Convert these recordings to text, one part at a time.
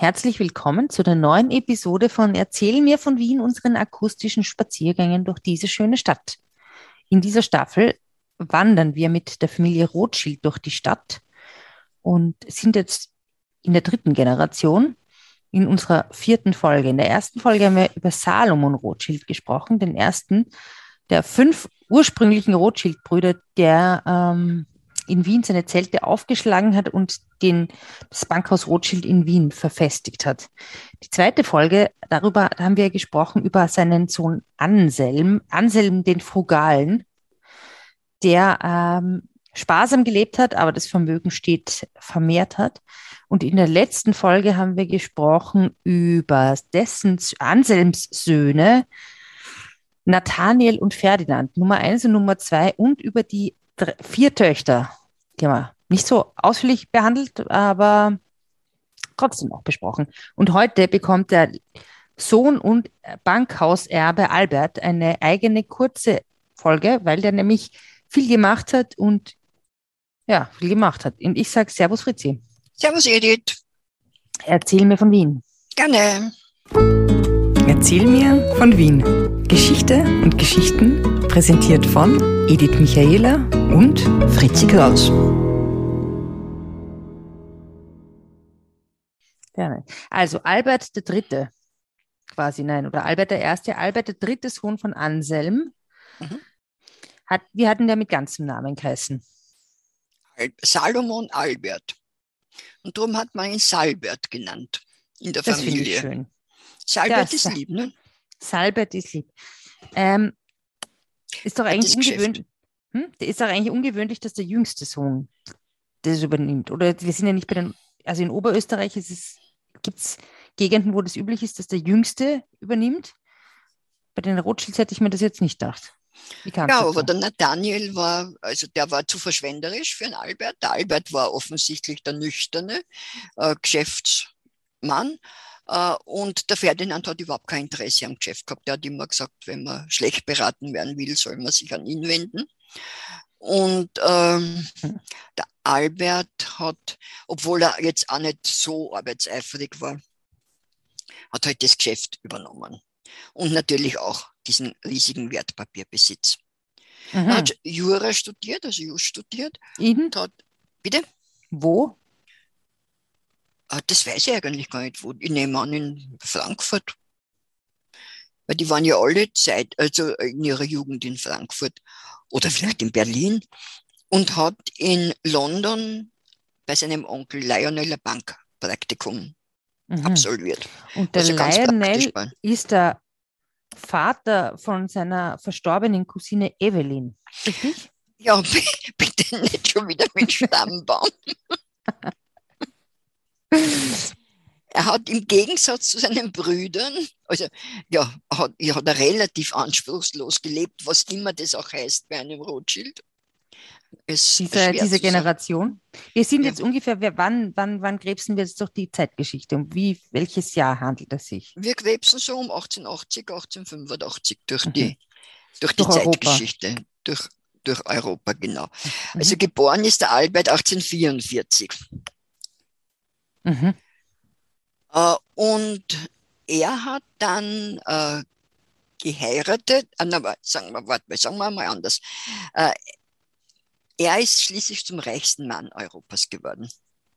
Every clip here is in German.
Herzlich willkommen zu der neuen Episode von Erzähl mir von Wien, unseren akustischen Spaziergängen durch diese schöne Stadt. In dieser Staffel wandern wir mit der Familie Rothschild durch die Stadt und sind jetzt in der dritten Generation, in unserer vierten Folge. In der ersten Folge haben wir über Salomon Rothschild gesprochen, den ersten der 5 ursprünglichen Rothschild-Brüder, der in Wien seine Zelte aufgeschlagen hat und das Bankhaus Rothschild in Wien verfestigt hat. Die zweite Folge, da haben wir gesprochen über seinen Sohn Anselm den Frugalen, der sparsam gelebt hat, aber das Vermögen stets vermehrt hat. Und in der letzten Folge haben wir gesprochen über Anselms Söhne, Nathaniel und Ferdinand, Nummer 1 und Nummer 2, und über die 4 Töchter. Die haben wir nicht so ausführlich behandelt, aber trotzdem auch besprochen. Und heute bekommt der Sohn und Bankhauserbe Albert eine eigene kurze Folge, weil der nämlich viel gemacht hat und viel gemacht hat. Und ich sage Servus Fritzi. Servus Edith. Erzähl mir von Wien. Gerne. Erzähl mir von Wien. Geschichte und Geschichten präsentiert von Edith Michaela und Fritzi Kraus. Gerne. Also Albert der Dritte, oder Albert der Erste, Albert der dritte Sohn von Anselm. Mhm. Wie hat denn der mit ganzem Namen geheißen? Salomon Albert. Und darum hat man ihn Salbert genannt in der Das Familie. Finde ich schön. Salbert ist lieb, ne? Salbert ist lieb. Ist doch eigentlich ungewöhnlich. Ist doch eigentlich ungewöhnlich, dass der jüngste Sohn das übernimmt. Oder wir sind ja nicht also in Oberösterreich gibt es Gegenden, wo das üblich ist, dass der Jüngste übernimmt. Bei den Rothschilds hätte ich mir das jetzt nicht gedacht. Ja, aber der Nathaniel der war zu verschwenderisch für den Albert. Der Albert war offensichtlich der nüchterne Geschäftsmann. Und der Ferdinand hat überhaupt kein Interesse am Geschäft gehabt. Der hat immer gesagt, wenn man schlecht beraten werden will, soll man sich an ihn wenden. Und der Albert hat, obwohl er jetzt auch nicht so arbeitseifrig war, hat halt das Geschäft übernommen. Und natürlich auch diesen riesigen Wertpapierbesitz. Er hat Jura studiert, also Jus studiert. Bitte? Wo? Das weiß ich eigentlich gar nicht, wo. Ich nehme an, in Frankfurt. Weil die waren ja alle also in ihrer Jugend in Frankfurt oder vielleicht in Berlin, und hat in London bei seinem Onkel Lionel ein Bankpraktikum absolviert. Und der Lionel ist der Vater von seiner verstorbenen Cousine Evelyn, richtig? Ja, bitte nicht schon wieder mit Stammbaum. Er hat im Gegensatz zu seinen Brüdern, hat er relativ anspruchslos gelebt, was immer das auch heißt bei einem Rothschild. Diese Generation. Wir sind jetzt ungefähr, wann krebsen wir jetzt durch die Zeitgeschichte? Welches Jahr handelt es sich? Wir krebsen so um 1880, 1885 durch die Zeitgeschichte, durch Europa, genau. Also geboren ist der Albert 1844. Und er hat dann geheiratet, sagen wir mal anders. Er ist schließlich zum reichsten Mann Europas geworden.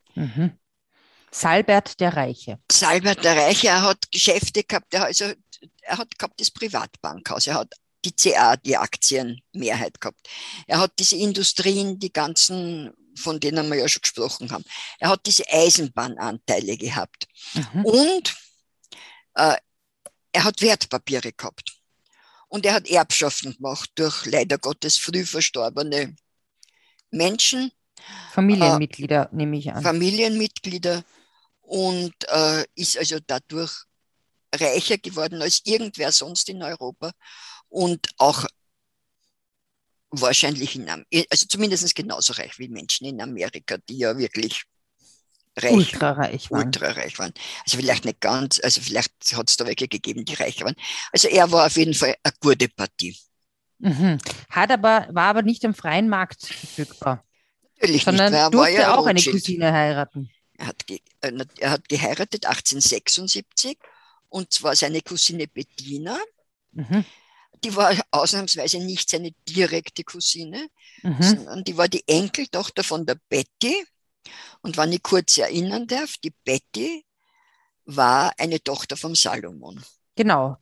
Salbert der Reiche. Salbert der Reiche, er hat Geschäfte gehabt, er hat gehabt das Privatbankhaus, er hat die CA, die Aktienmehrheit gehabt. Er hat diese Industrien, die ganzen, von denen wir ja schon gesprochen haben. Er hat diese Eisenbahnanteile gehabt. Und er hat Wertpapiere gehabt. Und er hat Erbschaften gemacht durch leider Gottes früh verstorbene Menschen. Familienmitglieder, nehme ich an. Familienmitglieder, und ist also dadurch reicher geworden als irgendwer sonst in Europa und auch wahrscheinlich also zumindest genauso reich wie Menschen in Amerika, die ja wirklich ultrareich waren. Also vielleicht nicht ganz, also vielleicht hat es da welche gegeben, die reicher waren. Also er war auf jeden Fall eine gute Partie. War aber nicht am freien Markt verfügbar. Natürlich sondern nicht, durfte auch eine Cousine heiraten. Er hat geheiratet 1876 und zwar seine Cousine Bettina. Mhm. Die war ausnahmsweise nicht seine direkte Cousine, Mhm. sondern die war die Enkeltochter von der Betty. Und wenn ich kurz erinnern darf, die Betty war eine Tochter vom Salomon. Genau,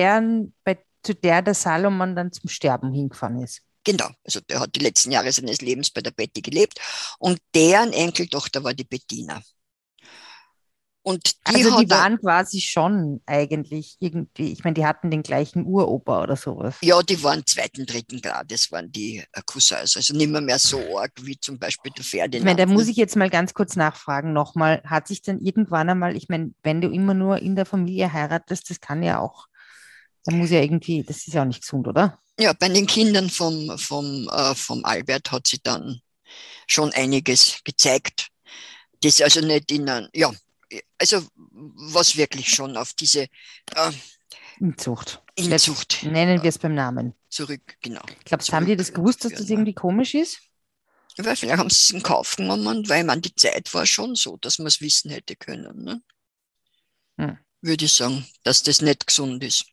zu der der Salomon dann zum Sterben hingefahren ist. Genau, also der hat die letzten Jahre seines Lebens bei der Betty gelebt und deren Enkeltochter war die Bettina. Und die Also die hat er, waren quasi schon eigentlich irgendwie, ich meine, die hatten den gleichen Uropa oder sowas. ja, die waren zweiten, dritten Grades, waren die Cousins, also nicht mehr so arg wie zum Beispiel der Ich meine, da Ferdinand. muss Ne? ich jetzt mal ganz kurz nachfragen nochmal, hat sich dann irgendwann einmal, ich meine, wenn du immer nur in der Familie heiratest, das kann ja auch, da muss ja irgendwie, das ist ja auch nicht gesund, oder? Ja, bei den Kindern vom Albert hat sie dann schon einiges gezeigt. Das also nicht in ein, ja, also was wirklich schon auf diese Inzucht. Jetzt Inzucht nennen wir es beim Namen. zurück, genau, Glaubst du, haben die das gewusst, dass das zurückführen war. irgendwie komisch ist? Weil vielleicht haben sie es in Kauf genommen, weil man die Zeit war schon so, dass man es wissen hätte können. Ne? Hm. Würde ich sagen, dass das nicht gesund ist,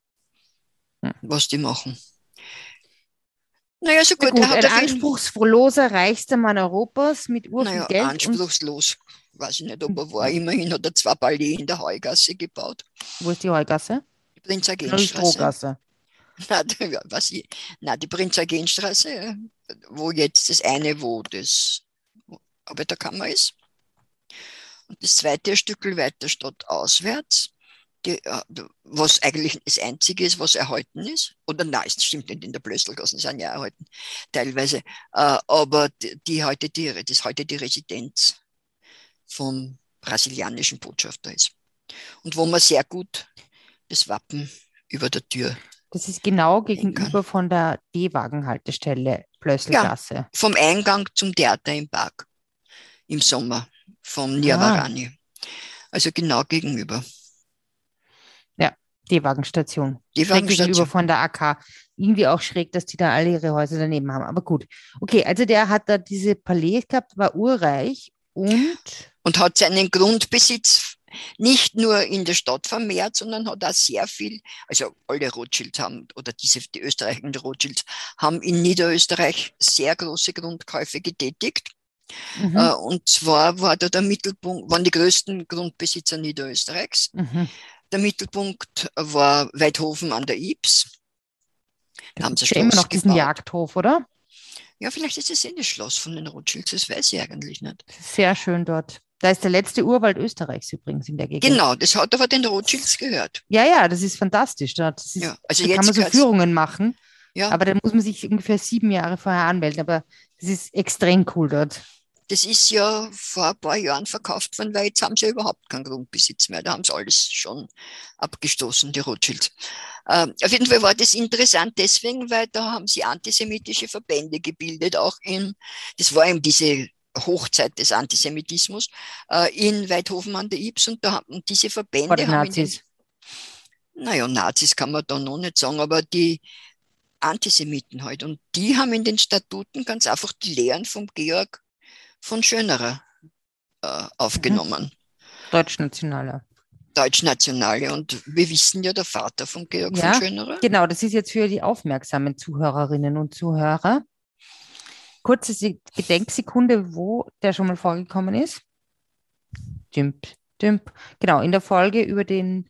Hm. was die machen. Naja, so Na gut, er gut, hat ein auf jeden Fall, anspruchsloser, reichster Mann Europas mit urviel naja, Geld und anspruchslos, weiß ich nicht, ob er war. Immerhin hat er 2 Palais in der Heugasse gebaut. wo ist die Heugasse? Die Prinz-Eugen-Straße. Strohgasse. Na, ja, die Prinz-Eugen-Straße, wo jetzt das eine, wo das Arbeiterkammer ist. Und das zweite ein Stück weiter stadtauswärts, was eigentlich das Einzige ist, was erhalten ist. Oder nein, es stimmt nicht, in der Blösselgasse sind ja erhalten, teilweise. Aber das ist heute die Residenz vom brasilianischen Botschafter ist. Und wo man sehr gut das Wappen über der Tür Das ist genau sehen kann. gegenüber von der D-Wagen-Haltestelle Ja, Plösselgasse. vom Eingang zum Theater im Park im Sommer, vom Ah, Niavarani. Also genau gegenüber. ja, D-Wagen-Station. Die Schräg gegenüber Wagenstation. von der AK. Irgendwie auch schräg, dass die da alle ihre Häuser daneben haben. Aber gut. Okay, also der hat da diese Palais gehabt, war urreich und Und hat seinen Grundbesitz nicht nur in der Stadt vermehrt, sondern hat auch sehr viel, also alle Rothschilds haben, oder die österreichischen Rothschilds haben in Niederösterreich sehr große Grundkäufe getätigt. mhm, Und zwar war da der Mittelpunkt, waren die größten Grundbesitzer Niederösterreichs. mhm. Der Mittelpunkt war Weidhofen an der Ybbs. Da Da haben gibt sie ein es ja immer noch Schloss diesen gebaut. Jagdhof, oder? Ja, vielleicht ist es das Schloss von den Rothschilds, das weiß ich eigentlich nicht. Sehr schön dort. Da ist der letzte Urwald Österreichs übrigens in der Gegend. Genau, das hat aber den Rothschilds gehört. Ja, ja, das ist fantastisch. Ja, also Da kann man jetzt so gehört es, Führungen machen, ja, aber da muss man sich ungefähr 7 Jahre vorher anmelden. Aber das ist extrem cool dort. das ist ja vor ein paar Jahren verkauft worden, weil jetzt haben sie ja überhaupt keinen Grundbesitz mehr. Da haben sie alles schon abgestoßen, die Rothschilds. Auf jeden Fall war das interessant deswegen, weil da haben sie antisemitische Verbände gebildet, das war eben diese Hochzeit des Antisemitismus, in Weidhofen an der Ybbs und diese Vor Verbände den haben in den, Nazis. naja, Nazis kann man da noch nicht sagen, aber die Antisemiten halt. Und die haben in den Statuten ganz einfach die Lehren vom Georg von Schönerer Mhm. aufgenommen. Deutschnationaler. Deutschnationale. Und wir wissen ja, der Vater von Georg von Ja, Schönerer. genau. Das ist jetzt für die aufmerksamen Zuhörerinnen und Zuhörer. Kurze Gedenksekunde, wo der schon mal vorgekommen ist. Dümp, dümp. Genau, in der Folge über den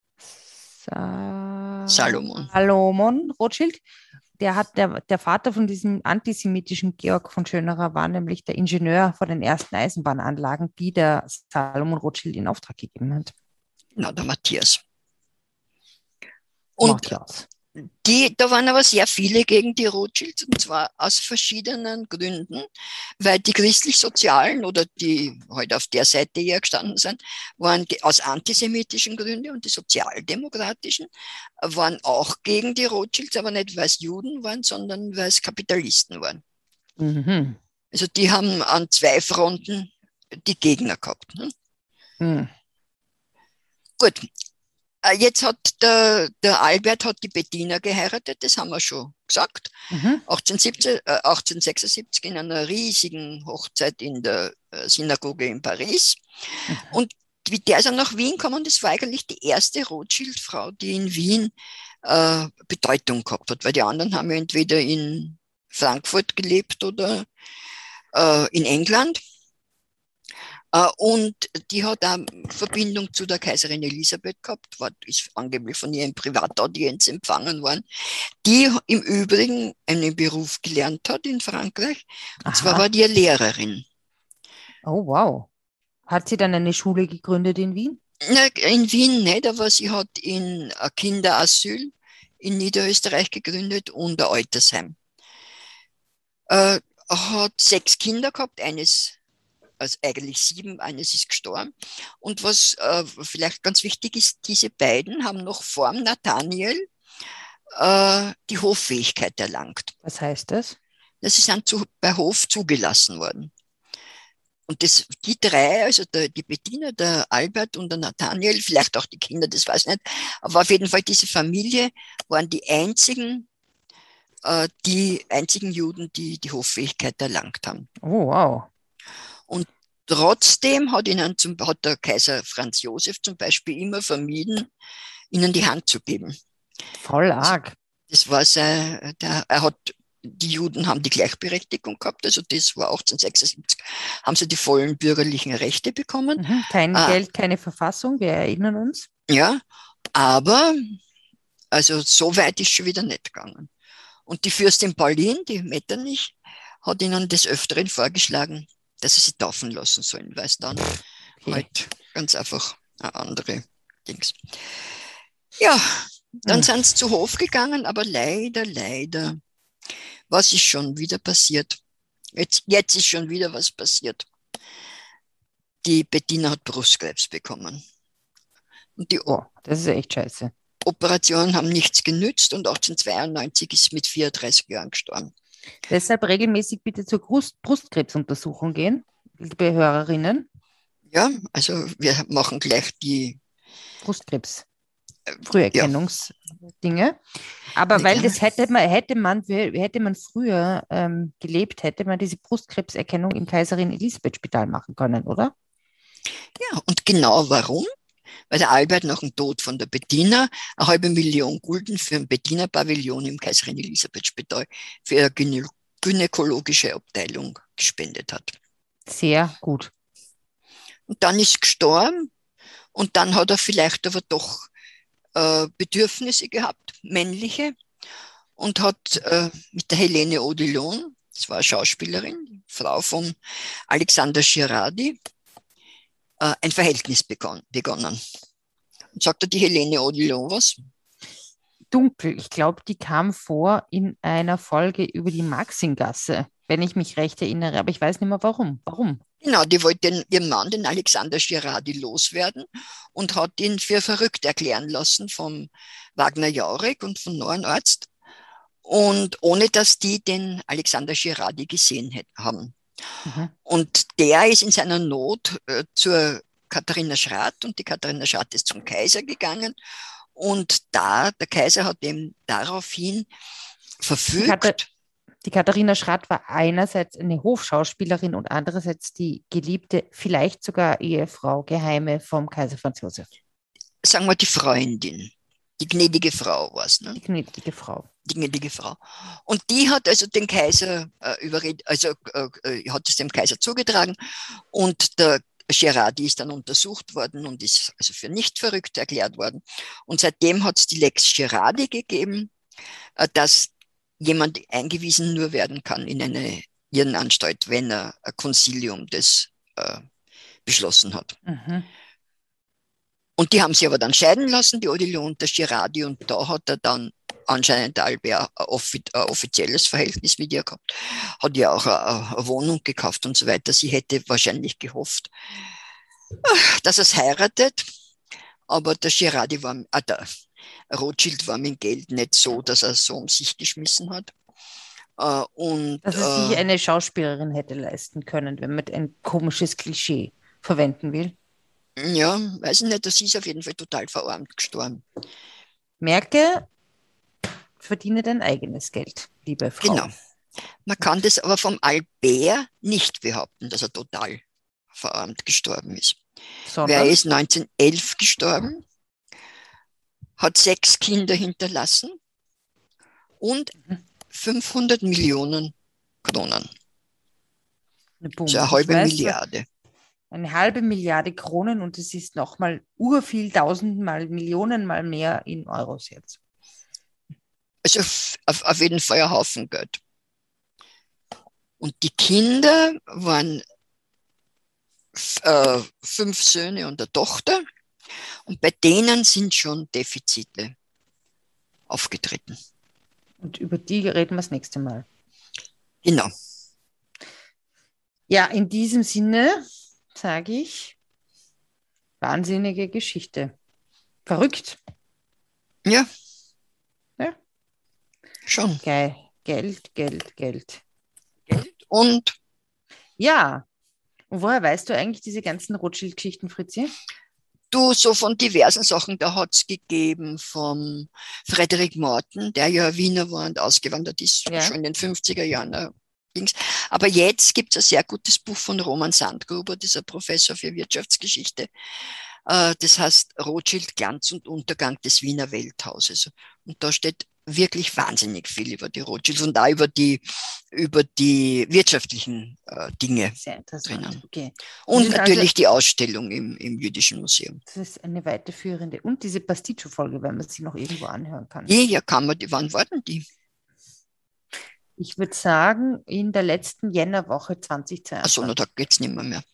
Salomon. Salomon Rothschild. Der Vater von diesem antisemitischen Georg von Schönerer war nämlich der Ingenieur von den ersten Eisenbahnanlagen, die der Salomon Rothschild in Auftrag gegeben hat. Na, der Matthias. Und Matthias. da waren aber sehr viele gegen die Rothschilds, und zwar aus verschiedenen Gründen, weil die christlich-sozialen oder die heute auf der Seite eher gestanden sind, waren aus antisemitischen Gründen, und die sozialdemokratischen waren auch gegen die Rothschilds, aber nicht, weil es Juden waren, sondern weil es Kapitalisten waren. Mhm. Also die haben an 2 Fronten die Gegner gehabt. Ne? Mhm. Gut, Jetzt hat der Albert hat die Bettina geheiratet, das haben wir schon gesagt. Mhm. 1876 in einer riesigen Hochzeit in der Synagoge in Paris. Mhm. Und wie der ist dann nach Wien gekommen, das war eigentlich die erste Rothschild-Frau, die in Wien Bedeutung gehabt hat, weil die anderen haben ja entweder in Frankfurt gelebt oder in England. Und die hat auch Verbindung zu der Kaiserin Elisabeth gehabt, ist angeblich von ihr in Privataudienz empfangen worden, die im Übrigen einen Beruf gelernt hat in Frankreich. Und zwar war Aha. die eine Lehrerin. Oh, wow. Hat sie dann eine Schule gegründet in Wien? Na, in Wien nicht, aber sie hat in ein Kinderasyl in Niederösterreich gegründet und ein Altersheim. Hat 6 Kinder gehabt, also eigentlich 7, eines ist gestorben. Und was vielleicht ganz wichtig ist, diese beiden haben noch vor dem Nathaniel die Hoffähigkeit erlangt. Was heißt das? Sie sind bei Hof zugelassen worden. Und die drei, also die Bettina, der Albert und der Nathaniel, vielleicht auch die Kinder, das weiß ich nicht, aber auf jeden Fall diese Familie waren die einzigen Juden, die die Hoffähigkeit erlangt haben. Oh, wow. Und trotzdem hat der Kaiser Franz Josef zum Beispiel immer vermieden, ihnen die Hand zu geben. Voll Also, arg. das war die Juden haben die Gleichberechtigung gehabt, also das war 1876, haben sie die vollen bürgerlichen Rechte bekommen. Mhm. Kein Geld, keine Verfassung, wir erinnern uns. Ja, aber also so weit ist schon wieder nicht gegangen. Und die Fürstin Pauline, die Metternich, hat ihnen des Öfteren vorgeschlagen, dass sie sich taufen lassen sollen, weil es dann Okay. halt ganz einfach eine andere Dings. Ja, dann Mhm. sind sie zu Hof gegangen, aber leider, was ist schon wieder passiert? Jetzt ist schon wieder was passiert. Die Bettina hat Brustkrebs bekommen. Und die Oh, das ist echt scheiße. Operationen haben nichts genützt und 1892 ist sie mit 34 Jahren gestorben. Deshalb regelmäßig bitte zur Brustkrebsuntersuchung gehen, liebe Hörerinnen. Ja, also wir machen gleich die, Brustkrebs, ja, Früherkennungsdinge. Aber weil gerne. das hätte man früher gelebt, hätte man diese Brustkrebserkennung im Kaiserin Elisabeth Spital machen können, oder? Ja, und genau warum? Weil der Albert nach dem Tod von der Bettina 500.000 Gulden für ein Bettina-Pavillon im Kaiserin Elisabeth Spital für ihre gynäkologische Abteilung gespendet hat. Sehr gut. Und dann ist gestorben und dann hat er vielleicht aber doch Bedürfnisse gehabt, männliche, und hat mit der Helene Odilon, das war eine Schauspielerin, Frau von Alexander Girardi, ein Verhältnis begonnen. Und sagt er die Helene Odilon was? Dunkel. Ich glaube, die kam vor in einer Folge über die Maxingasse, wenn ich mich recht erinnere, aber ich weiß nicht mehr warum. Warum? Genau, die wollte ihren Mann, den Alexander Girardi, loswerden und hat ihn für verrückt erklären lassen vom Wagner Jauregg und von Neuenarzt. Und ohne dass die den Alexander Girardi gesehen haben. Mhm. Und der ist in seiner Not zur Katharina Schratt und die Katharina Schratt ist zum Kaiser gegangen. Und der Kaiser hat ihm daraufhin verfügt. Die Katharina Schratt war einerseits eine Hofschauspielerin und andererseits die geliebte, vielleicht sogar Ehefrau, Geheime vom Kaiser Franz Josef. Sagen wir die Freundin, die gnädige Frau war es, ne? Die gnädige Frau. Die gnädige Frau. Und die hat also den Kaiser hat es dem Kaiser zugetragen und der Girardi ist dann untersucht worden und ist also für nicht verrückt erklärt worden. Und seitdem hat es die Lex Girardi gegeben, dass jemand eingewiesen nur werden kann in eine Irrenanstalt, wenn er ein Konzilium das beschlossen hat. Mhm. Und die haben sie aber dann scheiden lassen, die Odilon und der Girardi, und da hat er dann anscheinend der Albert ein offizielles Verhältnis mit ihr gehabt, hat ja auch eine Wohnung gekauft und so weiter. Sie hätte wahrscheinlich gehofft, dass er es heiratet, aber der der Rothschild war mit Geld nicht so, dass er so um sich geschmissen hat. Dass es sich eine Schauspielerin hätte leisten können, wenn man ein komisches Klischee verwenden will. Ja, weiß ich nicht, sie ist auf jeden Fall total verarmt gestorben. Merke, verdiene dein eigenes Geld, liebe Genau. Frau. Man kann das aber vom Albert nicht behaupten, dass er total verarmt gestorben ist. Weil er Sondern, ist 1911 gestorben, hat 6 Kinder hinterlassen und 500 Millionen Kronen. Also boom. eine Ich halbe weiß, Milliarde. eine halbe Milliarde Kronen und es ist nochmal urviel, tausendmal, Millionenmal mehr in Euros jetzt. Also auf jeden Fall ein Haufen Geld. Und die Kinder waren 5 Söhne und eine Tochter. Und bei denen sind schon Defizite aufgetreten. Und über die reden wir das nächste Mal. Genau. Ja, in diesem Sinne sage ich, wahnsinnige Geschichte. Verrückt. Ja, Ja. schon. Geil. Geld, Geld, Geld. Und Ja. Und woher weißt du eigentlich diese ganzen Rothschild-Geschichten, Fritzi? du, so von diversen Sachen, da hat es gegeben vom Frederick Morten, der ja Wiener war und ausgewandert ist, Ja. schon in den 50er Jahren. Aber jetzt gibt es ein sehr gutes Buch von Roman Sandgruber, dieser Professor für Wirtschaftsgeschichte. Das heißt Rothschild, Glanz und Untergang des Wiener Welthauses. Und da steht wirklich wahnsinnig viel über die Rothschilds und auch über die wirtschaftlichen Dinge Sehr interessant. drinnen. Okay. Und Das ist natürlich also, die Ausstellung im Jüdischen Museum. das ist eine weiterführende. Und diese Pasticcio-Folge, wenn man sie noch irgendwo anhören kann. Ja, kann man, wann waren die? Ich würde sagen, in der letzten Jännerwoche 2022. Achso, na, da geht es nicht mehr.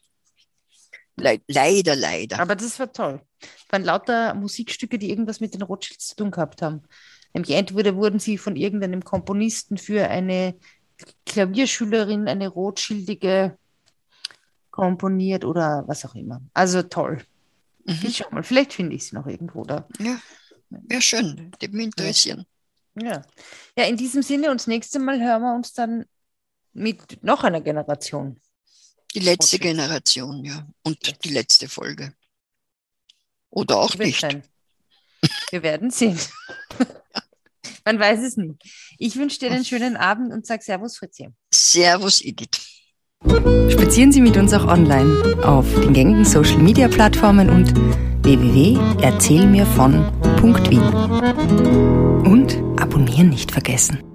Leider. Aber das war toll. Es waren lauter Musikstücke, die irgendwas mit den Rothschilds zu tun gehabt haben. Nämlich entweder wurden sie von irgendeinem Komponisten für eine Klavierschülerin, eine Rothschildige, komponiert oder was auch immer. Also toll. Mhm. Schau mal, vielleicht finde ich sie noch irgendwo da. Ja, schön. Die mich interessieren. Ja. Ja, in diesem Sinne, und das nächste Mal hören wir uns dann mit noch einer Generation. Die letzte Rothschilds. Generation, ja. Und die letzte Folge. Oder auch Wird nicht. sein. Wir werden sehen. Man weiß es nie. Ich wünsche dir einen schönen Abend und sag Servus, Fritzi. Servus, Edith. Spazieren Sie mit uns auch online auf den gängigen Social-Media-Plattformen und www.erzählmirvon.wien. Und abonnieren nicht vergessen.